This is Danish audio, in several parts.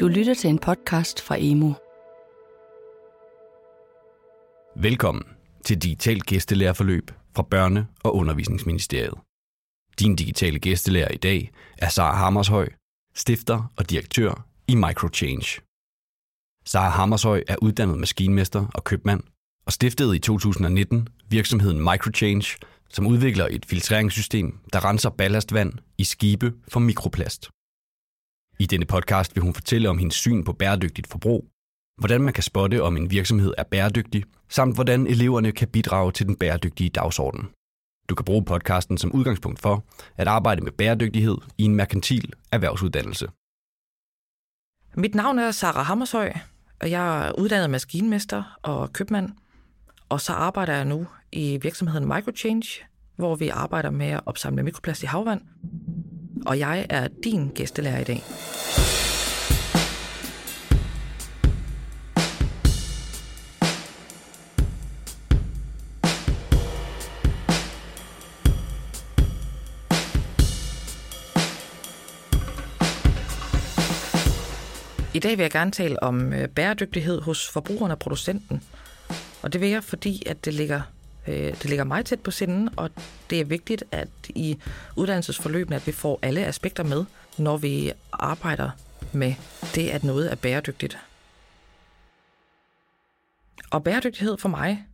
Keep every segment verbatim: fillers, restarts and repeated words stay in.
Du lytter til en podcast fra Emo. Velkommen til Digitalt Gæstelærerforløb fra Børne- og Undervisningsministeriet. Din digitale gæstelærer i dag er Sara Hammershøi, stifter og direktør i Microchange. Sara Hammershøi er uddannet maskinmester og købmand og stiftede i to tusind og nitten virksomheden Microchange, som udvikler et filtreringssystem, der renser ballastvand i skibe for mikroplast. I denne podcast vil hun fortælle om hendes syn på bæredygtigt forbrug, hvordan man kan spotte, om en virksomhed er bæredygtig, samt hvordan eleverne kan bidrage til den bæredygtige dagsorden. Du kan bruge podcasten som udgangspunkt for at arbejde med bæredygtighed i en merkantil erhvervsuddannelse. Mit navn er Sara Hammershøi, og jeg er uddannet maskinmester og købmand, og så arbejder jeg nu i virksomheden Microchange, hvor vi arbejder med at opsamle mikroplast i havvand. Og jeg er din gæstelærer i dag. I dag vil jeg gerne tale om bæredygtighed hos forbrugeren og producenten. Og det vil jeg, fordi at det ligger, øh, det ligger mig tæt på sinden, og det er vigtigt, at i uddannelsesforløbene, at vi får alle aspekter med, når vi arbejder med det, at noget er bæredygtigt. Og bæredygtighed for mig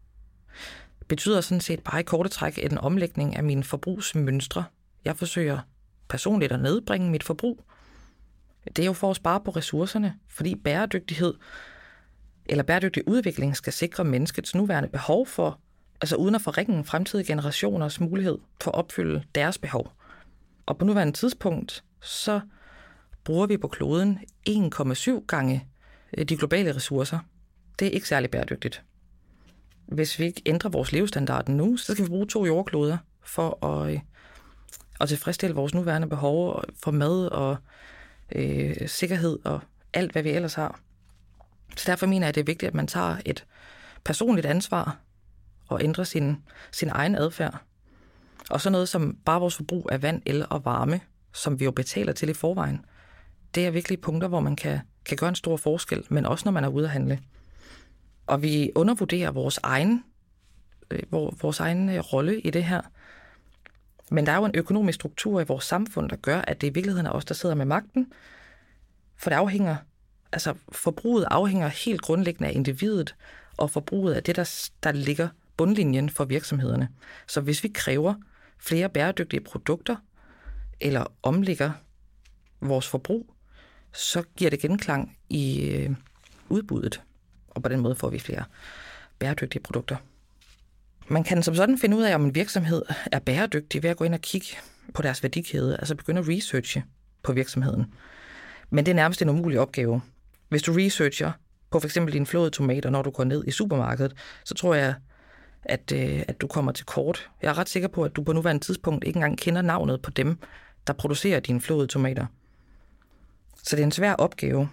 betyder sådan set bare i korte træk en omlægning af mine forbrugsmønstre. Jeg forsøger personligt at nedbringe mit forbrug. Det er jo for at spare på ressourcerne, fordi bæredygtighed eller bæredygtig udvikling skal sikre menneskets nuværende behov for, altså uden at forringe fremtidige generationers mulighed for at opfylde deres behov. Og på nuværende tidspunkt, så bruger vi på kloden en komma syv gange de globale ressourcer. Det er ikke særlig bæredygtigt. Hvis vi ikke ændrer vores levestandard nu, så skal vi bruge to jordkloder for at, at tilfredsstille vores nuværende behov for mad og øh, sikkerhed og alt, hvad vi ellers har. Så derfor mener jeg, at det er vigtigt, at man tager et personligt ansvar og ændrer sin, sin egen adfærd. Og så noget som bare vores forbrug af vand, el og varme, som vi jo betaler til i forvejen, det er virkelig punkter, hvor man kan, kan gøre en stor forskel, men også når man er ude at handle. Og vi undervurderer vores egen, vores egen rolle i det her. Men der er jo en økonomisk struktur i vores samfund, der gør, at det i virkeligheden er os, der sidder med magten. For det afhænger, altså forbruget afhænger helt grundlæggende af individet, og forbruget er det, der, der ligger bundlinjen for virksomhederne. Så hvis vi kræver flere bæredygtige produkter, eller omlægger vores forbrug, så giver det genklang i øh, udbuddet, og på den måde får vi flere bæredygtige produkter. Man kan som sådan finde ud af, om en virksomhed er bæredygtig ved at gå ind og kigge på deres værdikæde, altså begynde at researche på virksomheden. Men det er nærmest en umulig opgave. Hvis du researcher på f.eks. dine flåede tomater, når du går ned i supermarkedet, så tror jeg, at, øh, at du kommer til kort. Jeg er ret sikker på, at du på nuværende tidspunkt ikke engang kender navnet på dem, der producerer dine flåede tomater. Så det er en svær opgave.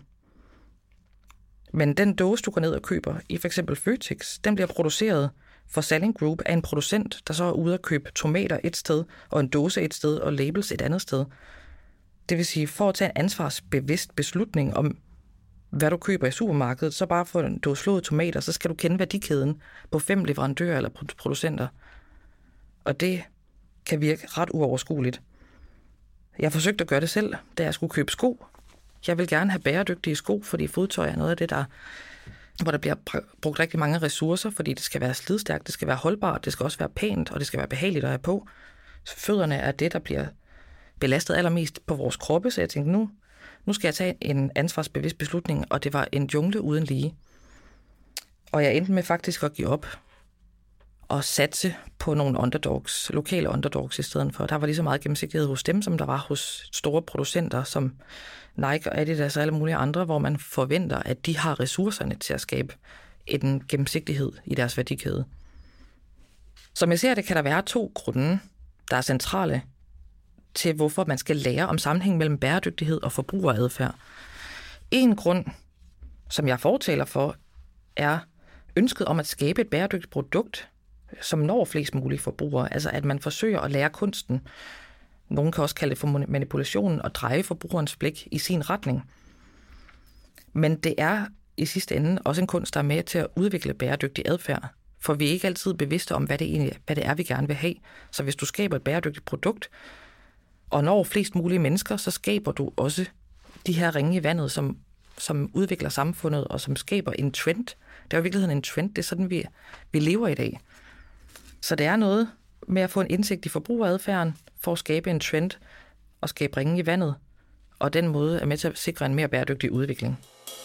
Men den dåse, du går ned og køber i f.eks. Føtex, den bliver produceret for Salling Group af en producent, der så er ude at købe tomater et sted, og en dåse et sted, og labels et andet sted. Det vil sige, for at tage en ansvarsbevidst beslutning om, hvad du køber i supermarkedet, så bare for en dåse flåede tomater, så skal du kende værdikæden på fem leverandører eller producenter. Og det kan virke ret uoverskueligt. Jeg forsøgte at gøre det selv, da jeg skulle købe sko. Jeg vil gerne have bæredygtige sko, fordi fodtøj er noget af det, der, hvor der bliver brugt rigtig mange ressourcer, fordi det skal være slidstærkt, det skal være holdbart, det skal også være pænt, og det skal være behageligt at have på. Fødderne er det, der bliver belastet allermest på vores kroppe, så jeg tænkte, nu, nu skal jeg tage en ansvarsbevidst beslutning, og det var en jungle uden lige. Og jeg endte med faktisk at give op og satse på nogle underdogs, lokale underdogs i stedet for. Der var lige så meget gennemsigtighed hos dem, som der var hos store producenter, som Nike og Adidas og alle mulige andre, hvor man forventer, at de har ressourcerne til at skabe en gennemsigtighed i deres værdikæde. Som jeg ser det, kan der være to grunde, der er centrale til, hvorfor man skal lære om sammenhæng mellem bæredygtighed og forbrugeradfærd. En grund, som jeg fortaler for, er ønsket om at skabe et bæredygtigt produkt, som når flest mulige forbrugere. Altså at man forsøger at lære kunsten. Nogen kan også kalde det for manipulationen og dreje forbrugerens blik i sin retning. Men det er i sidste ende også en kunst, der er med til at udvikle bæredygtig adfærd. For vi er ikke altid bevidste om, hvad det, egentlig, hvad det er, vi gerne vil have. Så hvis du skaber et bæredygtigt produkt, og når flest mulige mennesker, så skaber du også de her ringe i vandet, som, som udvikler samfundet, og som skaber en trend. Det er jo i virkeligheden en trend, det er sådan, vi, vi lever i dag. Så det er noget med at få en indsigt i forbrugeradfærden, for at skabe en trend, og skabe ringe i vandet, og den måde er med til at sikre en mere bæredygtig udvikling.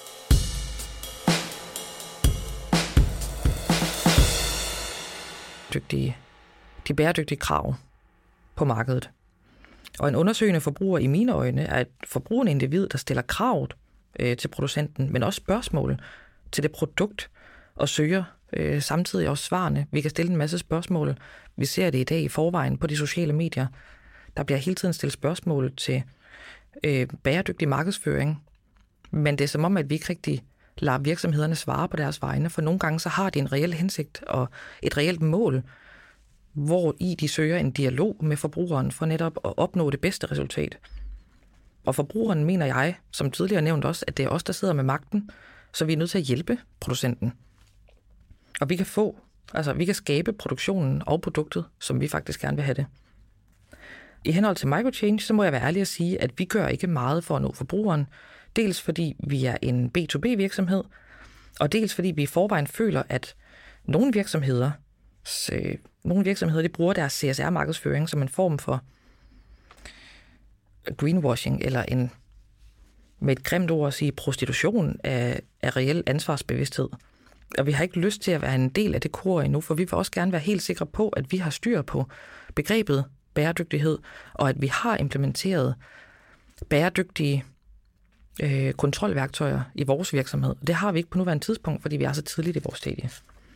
Dygtige, de bæredygtige krav på markedet. Og en undersøgende forbruger i mine øjne er et forbrugende individ, der stiller krav øh, til producenten, men også spørgsmål til det produkt, og søger øh, samtidig også svarene. Vi kan stille en masse spørgsmål. Vi ser det i dag i forvejen på de sociale medier. Der bliver hele tiden stillet spørgsmål til øh, bæredygtig markedsføring, men det er som om, at vi ikke rigtig lader virksomhederne svare på deres vegne, for nogle gange så har de en reel hensigt og et reelt mål, hvor i de søger en dialog med forbrugeren for netop at opnå det bedste resultat. Og forbrugeren mener jeg, som tidligere nævnt også, at det er os, der sidder med magten, så vi er nødt til at hjælpe producenten. Og vi kan få, altså vi kan skabe produktionen og produktet, som vi faktisk gerne vil have det. I henhold til Microchange, så må jeg være ærlig at sige, at vi gør ikke meget for at nå forbrugeren. Dels fordi vi er en B to B virksomhed, og dels fordi vi i forvejen føler, at nogle virksomheder, øh, nogle virksomheder de bruger deres C S R-markedsføring som en form for greenwashing, eller en, med et grimt ord at sige, prostitution af, af reel ansvarsbevidsthed. Og vi har ikke lyst til at være en del af det kor endnu, for vi vil også gerne være helt sikre på, at vi har styr på begrebet bæredygtighed, og at vi har implementeret bæredygtige øh, kontrolværktøjer i vores virksomhed. Det har vi ikke på nuværende tidspunkt, fordi vi er så tidligt i vores stadie.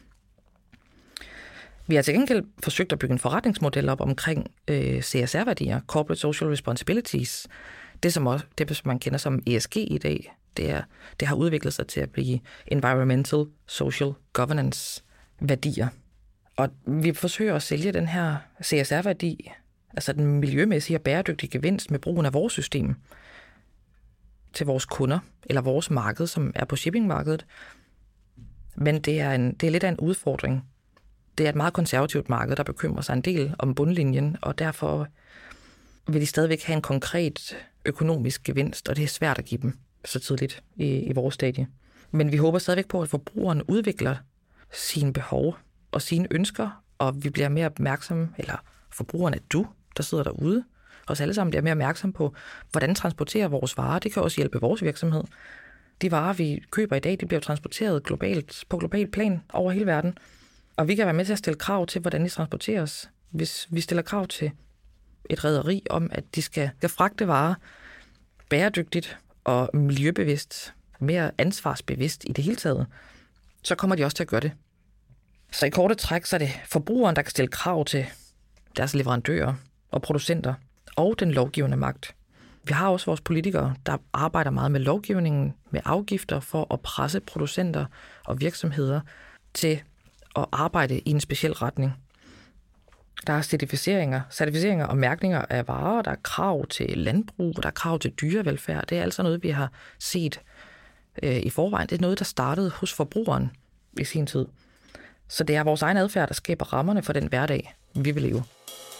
Vi har til gengæld forsøgt at bygge en forretningsmodel op omkring øh, C S R-værdier, Corporate Social Responsibilities. Det, som, også, det, som man kender som E S G i dag, det, er, det har udviklet sig til at blive Environmental Social Governance-værdier. Og vi forsøger at sælge den her C S R-værdi, altså den miljømæssige og bæredygtige gevinst med brugen af vores system, til vores kunder, eller vores marked, som er på shippingmarkedet. Men det er, en, det er lidt af en udfordring. Det er et meget konservativt marked, der bekymrer sig en del om bundlinjen, og derfor vil de stadigvæk have en konkret økonomisk gevinst, og det er svært at give dem så tidligt i, i vores stadie. Men vi håber stadigvæk på, at forbrugeren udvikler sine behov og sine ønsker, og vi bliver mere opmærksomme, eller forbrugeren er du, der sidder derude, os alle sammen bliver mere opmærksomme på, hvordan transporterer vores varer. Det kan også hjælpe vores virksomhed. De varer, vi køber i dag, de bliver transporteret globalt, på global plan over hele verden. Og vi kan være med til at stille krav til, hvordan de transporteres. Hvis vi stiller krav til et rederi om, at de skal, skal fragte varer bæredygtigt og miljøbevidst, mere ansvarsbevidst i det hele taget, så kommer de også til at gøre det. Så i korte træk, så er det forbrugeren, der kan stille krav til deres leverandører og producenter og den lovgivende magt. Vi har også vores politikere, der arbejder meget med lovgivningen, med afgifter for at presse producenter og virksomheder til at arbejde i en speciel retning. Der er certificeringer, certificeringer og mærkninger af varer, der er krav til landbrug, der er krav til dyrevelfærd. Det er altså noget, vi har set øh, i forvejen. Det er noget, der startede hos forbrugeren i sin tid. Så det er vores egen adfærd, der skaber rammerne for den hverdag, vi vil leve.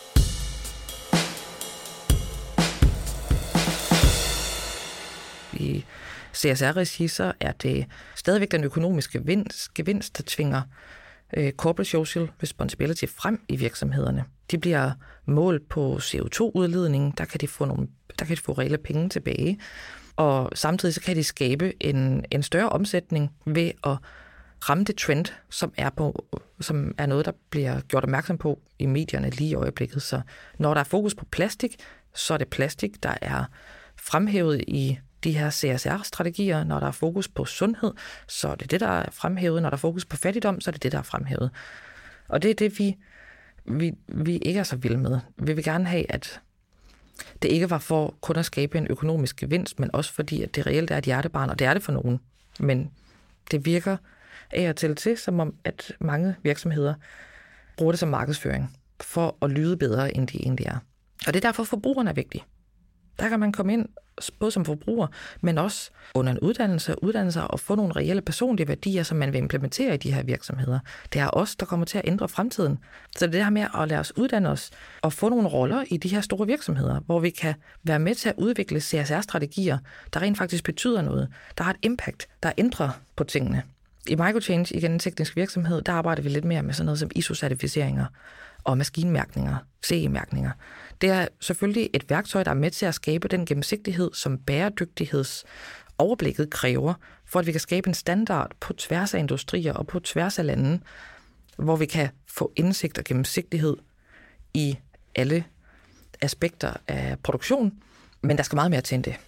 I C S R-regi, så er det stadigvæk den økonomiske gevinst, gevinst der tvinger øh, Corporate Social Responsibility frem i virksomhederne. De bliver målt på C O to udledning, der kan de få nogle, der kan de få reelle penge tilbage, og samtidig så kan de skabe en, en større omsætning ved at ramme det trend, som er, på, som er noget, der bliver gjort opmærksom på i medierne lige i øjeblikket. Så når der er fokus på plastik, så er det plastik, der er fremhævet i de her C S R-strategier. Når der er fokus på sundhed, så er det det, der er fremhævet. Når der er fokus på fattigdom, så er det det, der er fremhævet. Og det er det, vi, vi, vi ikke er så vilde med. Vi vil gerne have, at det ikke var for kun at skabe en økonomisk gevinst, men også fordi, at det reelt er et hjertebarn, og det er det for nogen. Men det virker af og til til, som om, at mange virksomheder bruger det som markedsføring for at lyde bedre, end de egentlig er. Og det er derfor, forbrugerne er vigtige. Der kan man komme ind, både som forbruger, men også under en uddannelse, uddannelse og få nogle reelle personlige værdier, som man vil implementere i de her virksomheder. Det er os, der kommer til at ændre fremtiden. Så det her med at lade os uddanne os og få nogle roller i de her store virksomheder, hvor vi kan være med til at udvikle C S R-strategier, der rent faktisk betyder noget, der har et impact, der ændrer på tingene. I Microchange, igen en teknisk virksomhed, der arbejder vi lidt mere med sådan noget som I S O-certificeringer og maskinmærkninger, C E-mærkninger. Det er selvfølgelig et værktøj, der er med til at skabe den gennemsigtighed, som bæredygtighedsoverblikket kræver, for at vi kan skabe en standard på tværs af industrier og på tværs af lande, hvor vi kan få indsigt og gennemsigtighed i alle aspekter af produktion, men der skal meget mere til end det.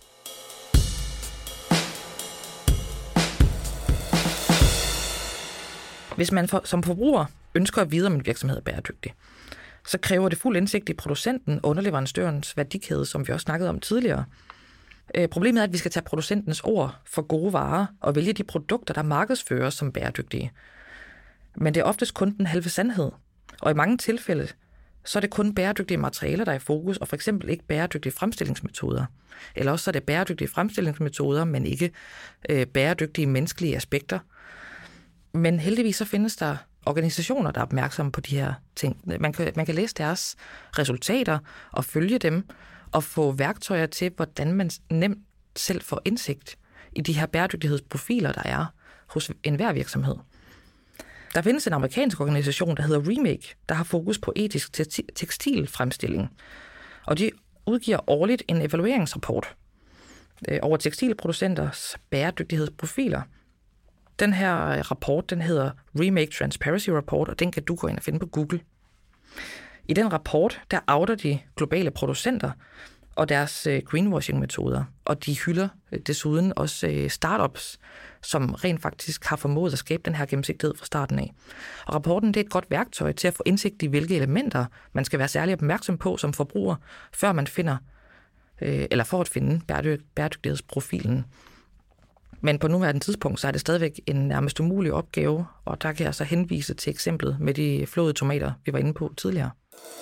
Hvis man for, som forbruger ønsker at vide, om en virksomhed er bæredygtig, så kræver det fuld indsigt i producenten og underleverandørens værdikæde, som vi også snakkede om tidligere. Øh, problemet er, at vi skal tage producentens ord for gode varer og vælge de produkter, der markedsføres som bæredygtige. Men det er oftest kun den halve sandhed. Og i mange tilfælde, så er det kun bæredygtige materialer, der er i fokus, og for eksempel ikke bæredygtige fremstillingsmetoder. Eller også så er det bæredygtige fremstillingsmetoder, men ikke øh, bæredygtige menneskelige aspekter. Men heldigvis så findes der organisationer, der er opmærksomme på de her ting. Man kan, man kan læse deres resultater og følge dem og få værktøjer til, hvordan man nemt selv får indsigt i de her bæredygtighedsprofiler, der er hos enhver virksomhed. Der findes en amerikansk organisation, der hedder Remake, der har fokus på etisk tekstilfremstilling. Og de udgiver årligt en evalueringsrapport over tekstilproducenters bæredygtighedsprofiler. Den her rapport, den hedder Remake Transparency Report, og den kan du gå ind og finde på Google. I den rapport, der outer de globale producenter og deres greenwashing-metoder, og de hylder desuden også startups, som rent faktisk har formået at skabe den her gennemsigtighed fra starten af. Og rapporten, det er et godt værktøj til at få indsigt i, hvilke elementer man skal være særlig opmærksom på som forbruger, før man finder, eller for at finde bæredygtighedsprofilen. Men på nuværende tidspunkt, så er det stadigvæk en nærmest umulig opgave, og der kan jeg så henvise til eksemplet med de flåede tomater, vi var inde på tidligere.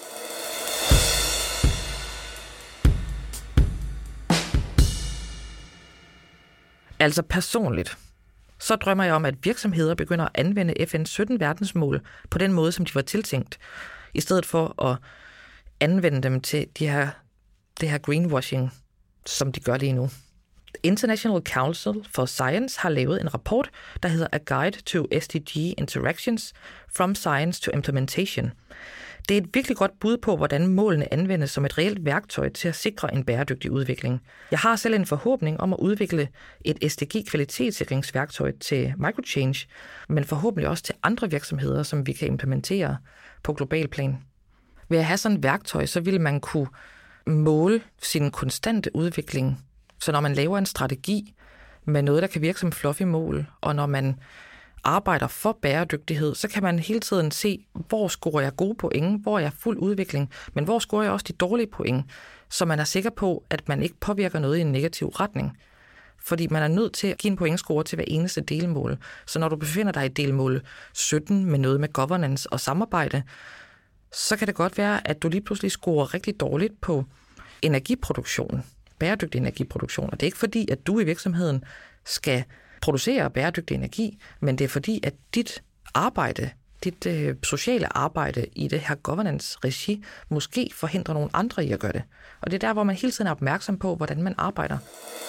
Altså personligt, så drømmer jeg om, at virksomheder begynder at anvende F N's sytten verdensmål på den måde, som de var tiltænkt, i stedet for at anvende dem til de her, det her greenwashing, som de gør lige nu. International Council for Science har lavet en rapport, der hedder A Guide to S D G Interactions from Science to Implementation. Det er et virkelig godt bud på, hvordan målene anvendes som et reelt værktøj til at sikre en bæredygtig udvikling. Jeg har selv en forhåbning om at udvikle et S D G-kvalitetssikringsværktøj til Microchange, men forhåbentlig også til andre virksomheder, som vi kan implementere på global plan. Ved at have sådan et værktøj, så vil man kunne måle sin konstante udvikling. Så når man laver en strategi med noget, der kan virke som fluffy mål, og når man arbejder for bæredygtighed, så kan man hele tiden se, hvor scorer jeg gode point, hvor er jeg fuld udvikling, men hvor scorer jeg også de dårlige point, så man er sikker på, at man ikke påvirker noget i en negativ retning. Fordi man er nødt til at give en pointscore til hver eneste delmål. Så når du befinder dig i delmål sytten med noget med governance og samarbejde, så kan det godt være, at du lige pludselig scorer rigtig dårligt på energiproduktion, bæredygtig energiproduktion. Og det er ikke fordi, at du i virksomheden skal producere bæredygtig energi, men det er fordi, at dit arbejde, dit øh, sociale arbejde i det her governance-regi, måske forhindrer nogle andre i at gøre det. Og det er der, hvor man hele tiden er opmærksom på, hvordan man arbejder.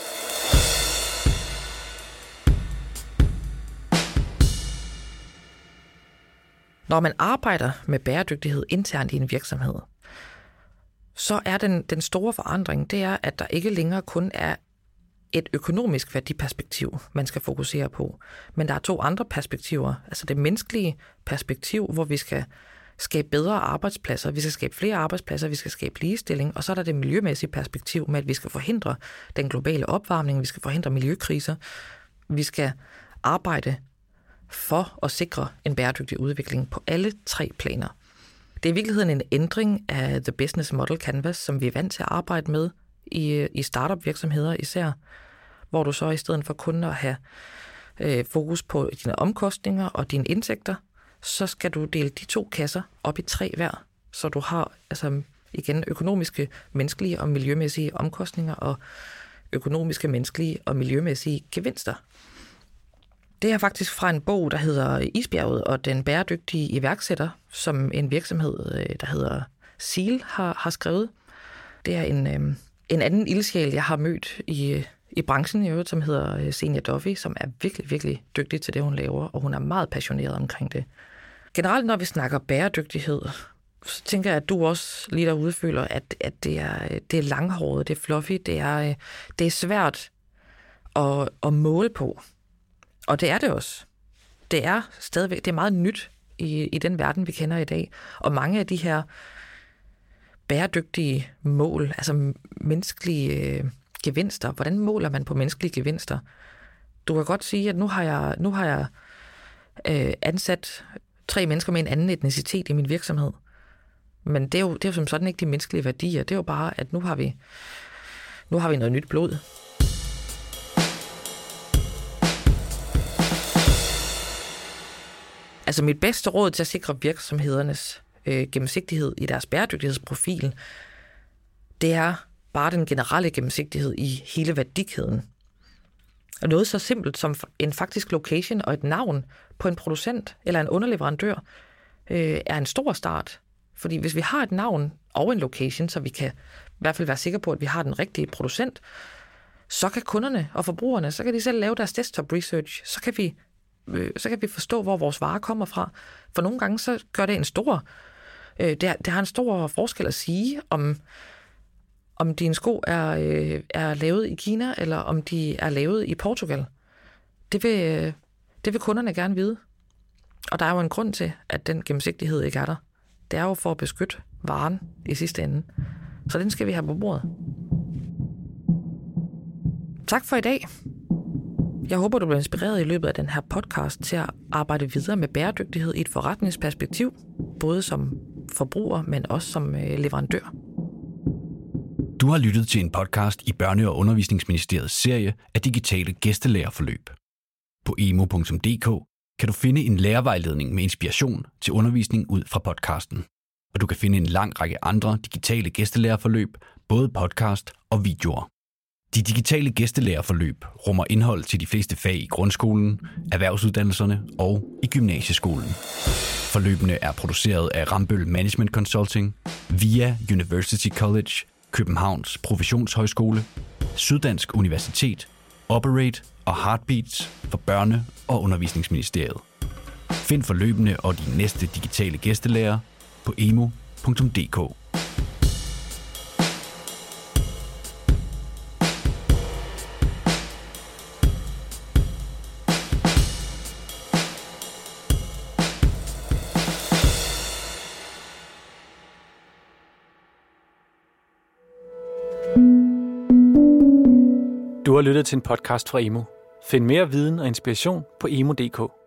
Når man arbejder med bæredygtighed internt i en virksomhed, så er den, den store forandring, det er, at der ikke længere kun er et økonomisk værdiperspektiv, man skal fokusere på. Men der er to andre perspektiver. Altså det menneskelige perspektiv, hvor vi skal skabe bedre arbejdspladser, vi skal skabe flere arbejdspladser, vi skal skabe ligestilling, og så er der det miljømæssige perspektiv med, at vi skal forhindre den globale opvarmning, vi skal forhindre miljøkriser, vi skal arbejde for at sikre en bæredygtig udvikling på alle tre planer. Det er i virkeligheden en ændring af The Business Model Canvas, som vi er vant til at arbejde med i, i startup-virksomheder især, hvor du så i stedet for kun at have øh, fokus på dine omkostninger og dine indtægter, så skal du dele de to kasser op i tre hver, så du har altså Igen økonomiske, menneskelige og miljømæssige omkostninger og økonomiske, menneskelige og miljømæssige gevinster. Det er faktisk fra en bog, der hedder Isbjerget og den bæredygtige iværksætter, som en virksomhed, der hedder Seal, har, har skrevet. Det er en, øh, en anden ildsjæl, jeg har mødt i, i branchen i øvrigt, som hedder Zenia Duffy, som er virkelig, virkelig dygtig til det, hun laver, og hun er meget passioneret omkring det. Generelt, når vi snakker bæredygtighed, så tænker jeg, at du også lige derude føler, at, at det, er, det er langhåret, det er fluffy, det er, det er svært at, at måle på. Og det er det også. Det er stadigvæk, det er meget nyt i, i den verden, vi kender i dag. Og mange af de her bæredygtige mål, altså menneskelige øh, gevinster, hvordan måler man på menneskelige gevinster? Du kan godt sige, at nu har jeg, nu har jeg øh, ansat tre mennesker med en anden etnicitet i min virksomhed. Men det er, jo, det er jo som sådan ikke de menneskelige værdier. Det er jo bare, at nu har vi, nu har vi noget nyt blod. Altså mit bedste råd til at sikre virksomhedernes øh, gennemsigtighed i deres bæredygtighedsprofil, det er bare den generelle gennemsigtighed i hele værdikæden. Og noget så simpelt som en faktisk location og et navn på en producent eller en underleverandør øh, er en stor start. Fordi hvis vi har et navn og en location, så vi kan i hvert fald være sikre på, at vi har den rigtige producent, så kan kunderne og forbrugerne, så kan de selv lave deres desktop research, så kan vi, øh, så kan vi forstå, hvor vores varer kommer fra. For nogle gange så gør det en stor, øh, det, det har en stor forskel at sige, om om dine sko er, øh, er lavet i Kina, eller om de er lavet i Portugal. Det vil, øh, det vil kunderne gerne vide. Og der er jo en grund til, at den gennemsigtighed ikke er der. Det er jo for at beskytte varen i sidste ende. Så den skal vi have på bordet. Tak for i dag. Jeg håber, du bliver inspireret i løbet af den her podcast til at arbejde videre med bæredygtighed i et forretningsperspektiv, både som forbruger, men også som leverandør. Du har lyttet til en podcast i Børne- og Undervisningsministeriets serie af digitale gæstelærerforløb. På emo punktum d k kan du finde en lærervejledning med inspiration til undervisning ud fra podcasten. Og du kan finde en lang række andre digitale gæstelærerforløb, både podcast og videoer. De digitale gæstelærerforløb rummer indhold til de fleste fag i grundskolen, erhvervsuddannelserne og i gymnasieskolen. Forløbene er produceret af Rambøll Management Consulting, via University College, Københavns Professionshøjskole, Syddansk Universitet, Operate og Heartbeats for Børne- og Undervisningsministeriet. Find forløbene og de næste digitale gæstelærer på emo punktum d k. Du har lyttet til en podcast fra Emo. Find mere viden og inspiration på emo punktum d k.